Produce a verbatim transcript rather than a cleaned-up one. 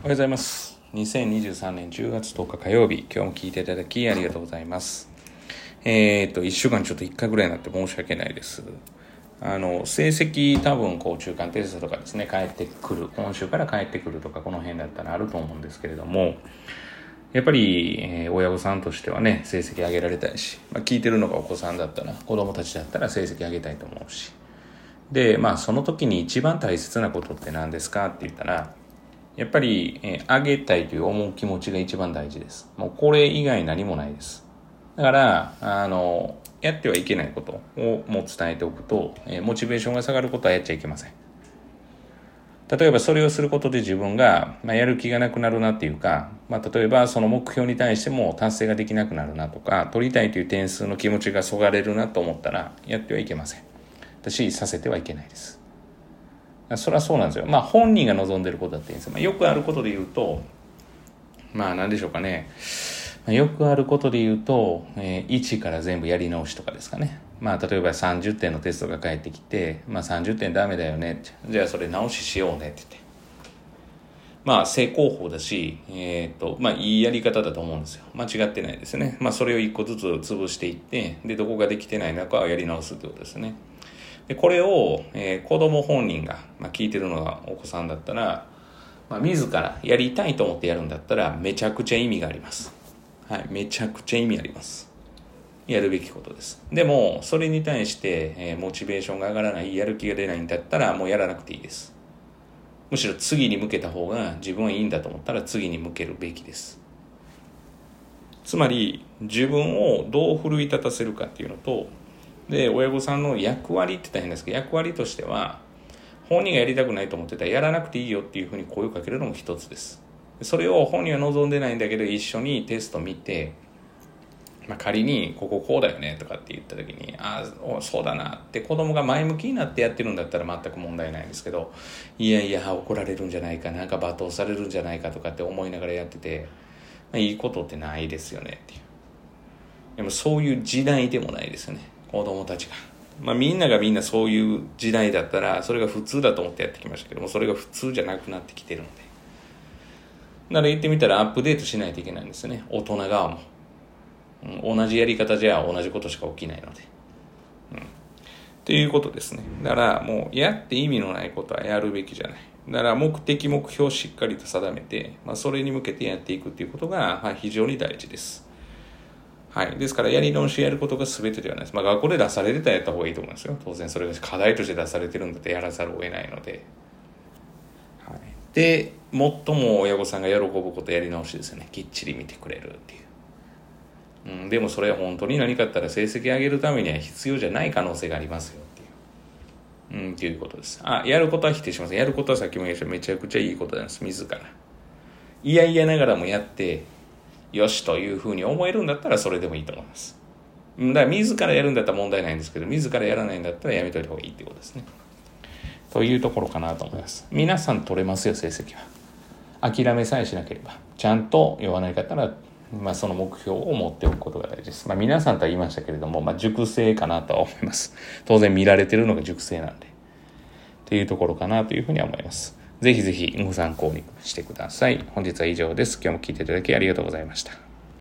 おはようございます。にせんにじゅうさんねんじゅうがつとおか火曜日、今日も聞いていただきありがとうございます。えーと、いっしゅうかんちょっといっかいぐらいになって申し訳ないです。あの、成績多分こう中間テストとかですね、帰ってくる、今週から帰ってくるとかこの辺だったらあると思うんですけれども、やっぱり、えー、親御さんとしてはね、成績上げられたいし、まあ、聞いてるのがお子さんだったら、子供たちだったら成績上げたいと思うし、で、まあその時に一番大切なことって何ですかって言ったら、やっぱり、えー、あげたいという思う気持ちが一番大事です。もうこれ以外何もないです。だから、あの、やってはいけないことをもう伝えておくと、えー、モチベーションが下がることはやっちゃいけません。例えばそれをすることで自分が、まあ、やる気がなくなるなっていうか、まあ、例えばその目標に対しても達成ができなくなるなとか、取りたいという点数の気持ちがそがれるなと思ったら、やってはいけません。私、させてはいけないです。それはそうなんですよ。まあ本人が望んでることだっていいんですよ。まあ、よくあることで言うと、まあ何でしょうかね。よくあることで言うと、えー、いちから全部やり直しとかですかね。まあ例えばさんじゅってんのテストが返ってきて、まあさんじゅってんダメだよねって。じゃあそれ直ししようねって言って。まあ正攻法だし、えっと、まあいいやり方だと思うんですよ。間違ってないですね。まあそれを一個ずつ潰していって、で、どこができてないのかをやり直すってことですね。でこれを、えー、子供本人が、まあ、聞いてるのがお子さんだったら、まあ、自らやりたいと思ってやるんだったらめちゃくちゃ意味があります。はい、めちゃくちゃ意味あります。やるべきことです。でもそれに対して、えー、モチベーションが上がらない、やる気が出ないんだったらもうやらなくていいです。むしろ次に向けた方が自分はいいんだと思ったら次に向けるべきです。つまり自分をどう奮い立たせるかっていうのと、で親御さんの役割って大変ですけど、役割としては本人がやりたくないと思ってたらやらなくていいよっていうふうに声をかけるのも一つです。それを本人は望んでないんだけど一緒にテスト見て、まあ、仮にこここうだよねとかって言った時に、ああそうだなって子供が前向きになってやってるんだったら全く問題ないんですけど、いやいや怒られるんじゃないか、なんか罵倒されるんじゃないかとかって思いながらやってて、まあ、いいことってないですよねっていう。でもそういう時代でもないですよね、子供たちが。まあみんながみんなそういう時代だったらそれが普通だと思ってやってきましたけども、それが普通じゃなくなってきてるので、だから言ってみたらアップデートしないといけないんですよね、大人側も。うん、同じやり方じゃ同じことしか起きないので、うん、っていうことですね。だからもうやって意味のないことはやるべきじゃない。だから目的目標をしっかりと定めて、まあ、それに向けてやっていくっていうことが、まあ、非常に大事です。はい。ですからやり直しやることが全てではないです。まあ学校で出されてたらやった方がいいと思いますよ。当然それが課題として出されてるんだってやらざるを得ないので。はい。で、最も親御さんが喜ぶことやり直しですよね。きっちり見てくれるっていう。うん、でもそれは本当に何かあったら成績上げるためには必要じゃない可能性がありますよっていう。うん、っていうことです。あ、やることは否定しません。やることはさっきも言いましためちゃくちゃいいことなんです。自ら。いやいやながらもやって、よしというふうに思えるんだったらそれでもいいと思います。だから自らやるんだったら問題ないんですけど、自らやらないんだったらやめといた方がいいってことですね。というところかなと思います。皆さん取れますよ、成績は。諦めさえしなければ。ちゃんと弱なり方ら、まあ、その目標を持っておくことが大事です。まあ、皆さんとは言いましたけれども、まあ、塾生かなとは思います。当然見られてるのが塾生なんで。っていうところかなというふうには思います。ぜひぜひご参考にしてください。本日は以上です。今日も聞いていただきありがとうございました。